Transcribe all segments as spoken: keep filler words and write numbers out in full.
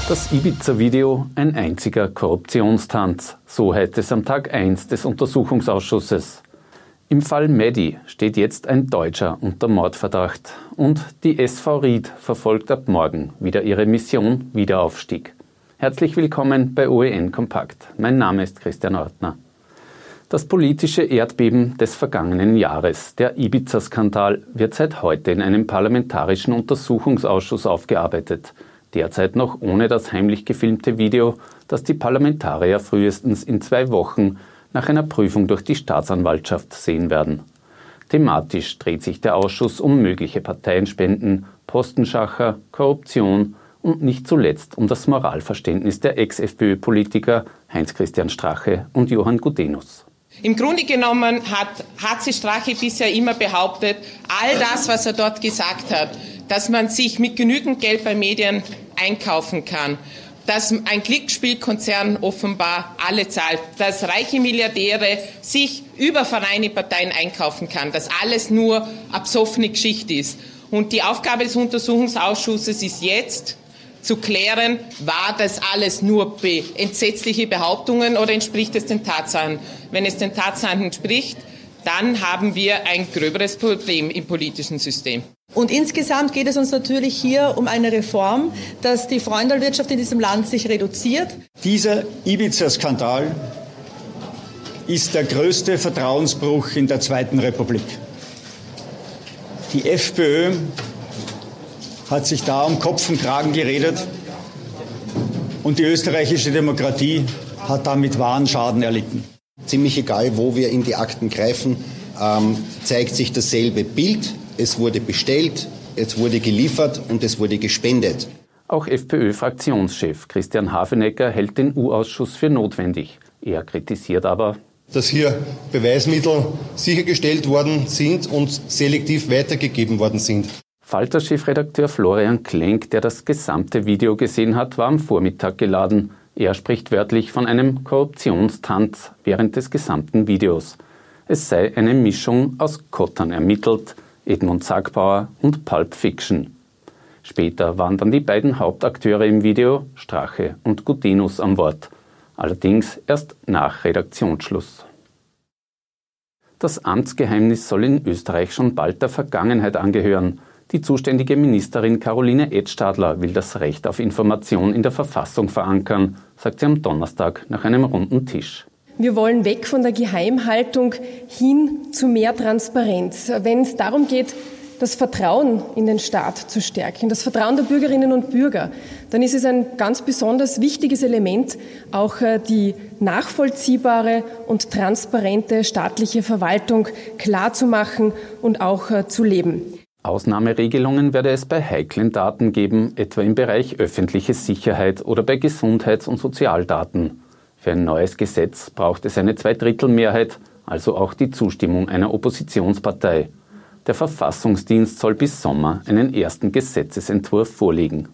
Das Ibiza-Video, ein einziger Korruptionstanz. So heißt es am Tag eins des Untersuchungsausschusses. Im Fall Maddie steht jetzt ein Deutscher unter Mordverdacht. Und die S V Ried verfolgt ab morgen wieder ihre Mission Wiederaufstieg. Herzlich willkommen bei O E N Kompakt. Mein Name ist Christian Ortner. Das politische Erdbeben des vergangenen Jahres, der Ibiza-Skandal, wird seit heute in einem parlamentarischen Untersuchungsausschuss aufgearbeitet. Derzeit noch ohne das heimlich gefilmte Video, das die Parlamentarier frühestens in zwei Wochen nach einer Prüfung durch die Staatsanwaltschaft sehen werden. Thematisch dreht sich der Ausschuss um mögliche Parteienspenden, Postenschacher, Korruption und nicht zuletzt um das Moralverständnis der Ex-F P Ö-Politiker Heinz-Christian Strache und Johann Gudenus. Im Grunde genommen hat H C Strache bisher immer behauptet, all das, was er dort gesagt hat, dass man sich mit genügend Geld bei Medien einkaufen kann, dass ein Glücksspielkonzern offenbar alle zahlt, dass reiche Milliardäre sich über Vereine, Parteien einkaufen kann, dass alles nur absoffene Geschichte ist. Und die Aufgabe des Untersuchungsausschusses ist jetzt, zu klären, war das alles nur be- entsetzliche Behauptungen oder entspricht es den Tatsachen? Wenn es den Tatsachen entspricht, dann haben wir ein gröberes Problem im politischen System. Und insgesamt geht es uns natürlich hier um eine Reform, dass die Freundelwirtschaft in diesem Land sich reduziert. Dieser Ibiza-Skandal ist der größte Vertrauensbruch in der Zweiten Republik. Die FPÖ hat sich da um Kopf und Kragen geredet und die österreichische Demokratie hat damit wahren Schaden erlitten. Ziemlich egal, wo wir in die Akten greifen, ähm, zeigt sich dasselbe Bild. Es wurde bestellt, es wurde geliefert und es wurde gespendet. Auch FPÖ-Fraktionschef Christian Hafenecker hält den U-Ausschuss für notwendig. Er kritisiert aber, dass hier Beweismittel sichergestellt worden sind und selektiv weitergegeben worden sind. Falter-Chefredakteur Florian Klenk, der das gesamte Video gesehen hat, war am Vormittag geladen. Er spricht wörtlich von einem Korruptionstanz während des gesamten Videos. Es sei eine Mischung aus Kottern ermittelt, Edmund Sagbauer und Pulp Fiction. Später waren dann die beiden Hauptakteure im Video, Strache und Gudenus, am Wort. Allerdings erst nach Redaktionsschluss. Das Amtsgeheimnis soll in Österreich schon bald der Vergangenheit angehören. Die zuständige Ministerin Caroline Edstadler will das Recht auf Information in der Verfassung verankern, sagt sie am Donnerstag nach einem runden Tisch. Wir wollen weg von der Geheimhaltung hin zu mehr Transparenz. Wenn es darum geht, das Vertrauen in den Staat zu stärken, das Vertrauen der Bürgerinnen und Bürger, dann ist es ein ganz besonders wichtiges Element, auch die nachvollziehbare und transparente staatliche Verwaltung klarzumachen und auch zu leben. Ausnahmeregelungen werde es bei heiklen Daten geben, etwa im Bereich öffentliche Sicherheit oder bei Gesundheits- und Sozialdaten. Für ein neues Gesetz braucht es eine Zweidrittelmehrheit, also auch die Zustimmung einer Oppositionspartei. Der Verfassungsdienst soll bis Sommer einen ersten Gesetzesentwurf vorlegen.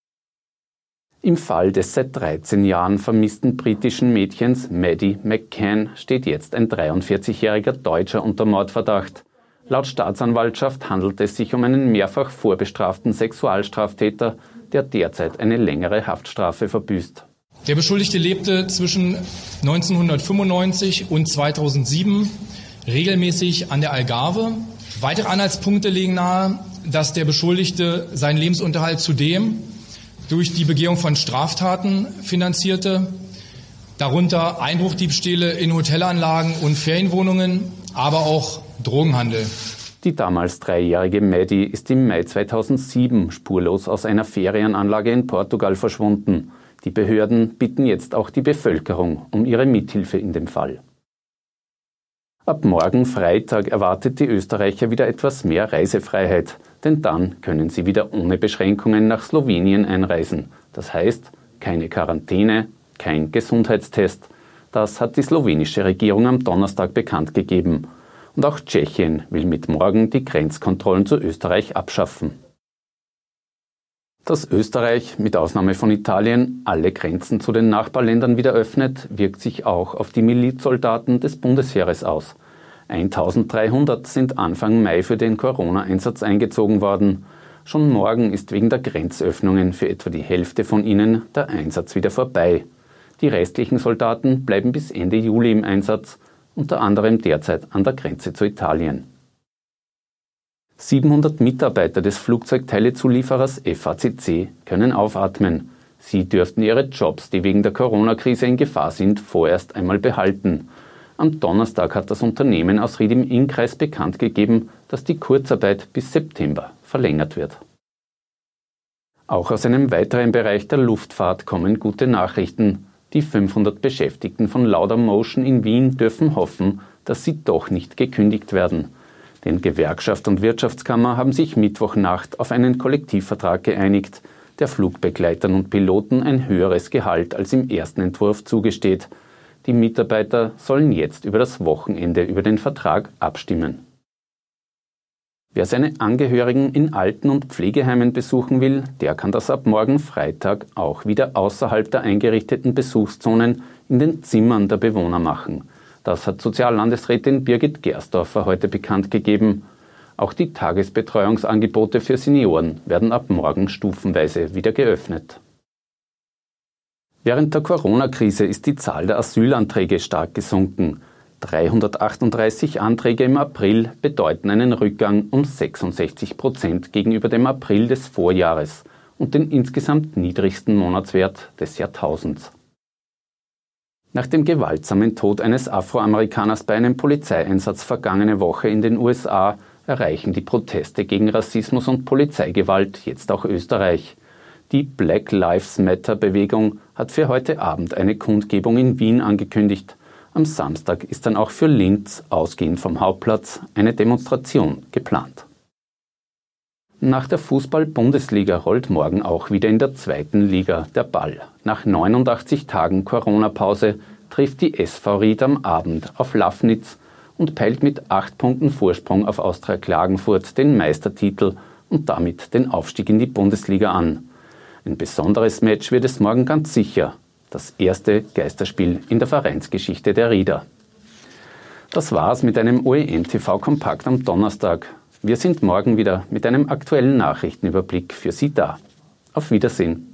Im Fall des seit dreizehn Jahren vermissten britischen Mädchens Maddie McCann steht jetzt ein dreiundvierzigjähriger Deutscher unter Mordverdacht. Laut Staatsanwaltschaft handelt es sich um einen mehrfach vorbestraften Sexualstraftäter, der derzeit eine längere Haftstrafe verbüßt. Der Beschuldigte lebte zwischen neunzehnhundertfünfundneunzig und zweitausendsieben regelmäßig an der Algarve. Weitere Anhaltspunkte legen nahe, dass der Beschuldigte seinen Lebensunterhalt zudem durch die Begehung von Straftaten finanzierte, darunter Einbruchdiebstähle in Hotelanlagen und Ferienwohnungen, aber auch Drogenhandel. Die damals dreijährige Maddie ist im Mai zweitausendsieben spurlos aus einer Ferienanlage in Portugal verschwunden. Die Behörden bitten jetzt auch die Bevölkerung um ihre Mithilfe in dem Fall. Ab morgen Freitag erwartet die Österreicher wieder etwas mehr Reisefreiheit, denn dann können sie wieder ohne Beschränkungen nach Slowenien einreisen. Das heißt, keine Quarantäne, kein Gesundheitstest. Das hat die slowenische Regierung am Donnerstag bekannt gegeben. Und auch Tschechien will mit morgen die Grenzkontrollen zu Österreich abschaffen. Dass Österreich, mit Ausnahme von Italien, alle Grenzen zu den Nachbarländern wieder öffnet, wirkt sich auch auf die Milizsoldaten des Bundesheeres aus. eintausenddreihundert sind Anfang Mai für den Corona-Einsatz eingezogen worden. Schon morgen ist wegen der Grenzöffnungen für etwa die Hälfte von ihnen der Einsatz wieder vorbei. Die restlichen Soldaten bleiben bis Ende Juli im Einsatz, unter anderem derzeit an der Grenze zu Italien. siebenhundert Mitarbeiter des Flugzeugteilezulieferers F A C C können aufatmen. Sie dürften ihre Jobs, die wegen der Corona-Krise in Gefahr sind, vorerst einmal behalten. Am Donnerstag hat das Unternehmen aus Ried im Innkreis bekannt gegeben, dass die Kurzarbeit bis September verlängert wird. Auch aus einem weiteren Bereich der Luftfahrt kommen gute Nachrichten. Die fünfhundert Beschäftigten von Laudamotion in Wien dürfen hoffen, dass sie doch nicht gekündigt werden. Denn Gewerkschaft und Wirtschaftskammer haben sich Mittwochnacht auf einen Kollektivvertrag geeinigt, der Flugbegleitern und Piloten ein höheres Gehalt als im ersten Entwurf zugesteht. Die Mitarbeiter sollen jetzt über das Wochenende über den Vertrag abstimmen. Wer seine Angehörigen in Alten- und Pflegeheimen besuchen will, der kann das ab morgen Freitag auch wieder außerhalb der eingerichteten Besuchszonen in den Zimmern der Bewohner machen. Das hat Soziallandesrätin Birgit Gersdorfer heute bekannt gegeben. Auch die Tagesbetreuungsangebote für Senioren werden ab morgen stufenweise wieder geöffnet. Während der Corona-Krise ist die Zahl der Asylanträge stark gesunken. dreihundertachtunddreißig Anträge im April bedeuten einen Rückgang um sechsundsechzig Prozent gegenüber dem April des Vorjahres und den insgesamt niedrigsten Monatswert des Jahrtausends. Nach dem gewaltsamen Tod eines Afroamerikaners bei einem Polizeieinsatz vergangene Woche in den U S A erreichen die Proteste gegen Rassismus und Polizeigewalt jetzt auch Österreich. Die Black Lives Matter-Bewegung hat für heute Abend eine Kundgebung in Wien angekündigt. Am Samstag ist dann auch für Linz, ausgehend vom Hauptplatz, eine Demonstration geplant. Nach der Fußball-Bundesliga rollt morgen auch wieder in der zweiten Liga der Ball. Nach neunundachtzig Tagen Corona-Pause trifft die S V Ried am Abend auf Lafnitz und peilt mit acht Punkten Vorsprung auf Austria Klagenfurt den Meistertitel und damit den Aufstieg in die Bundesliga an. Ein besonderes Match wird es morgen ganz sicher. Das erste Geisterspiel in der Vereinsgeschichte der Rieder. Das war's mit einem O E N T V-Kompakt am Donnerstag. Wir sind morgen wieder mit einem aktuellen Nachrichtenüberblick für Sie da. Auf Wiedersehen.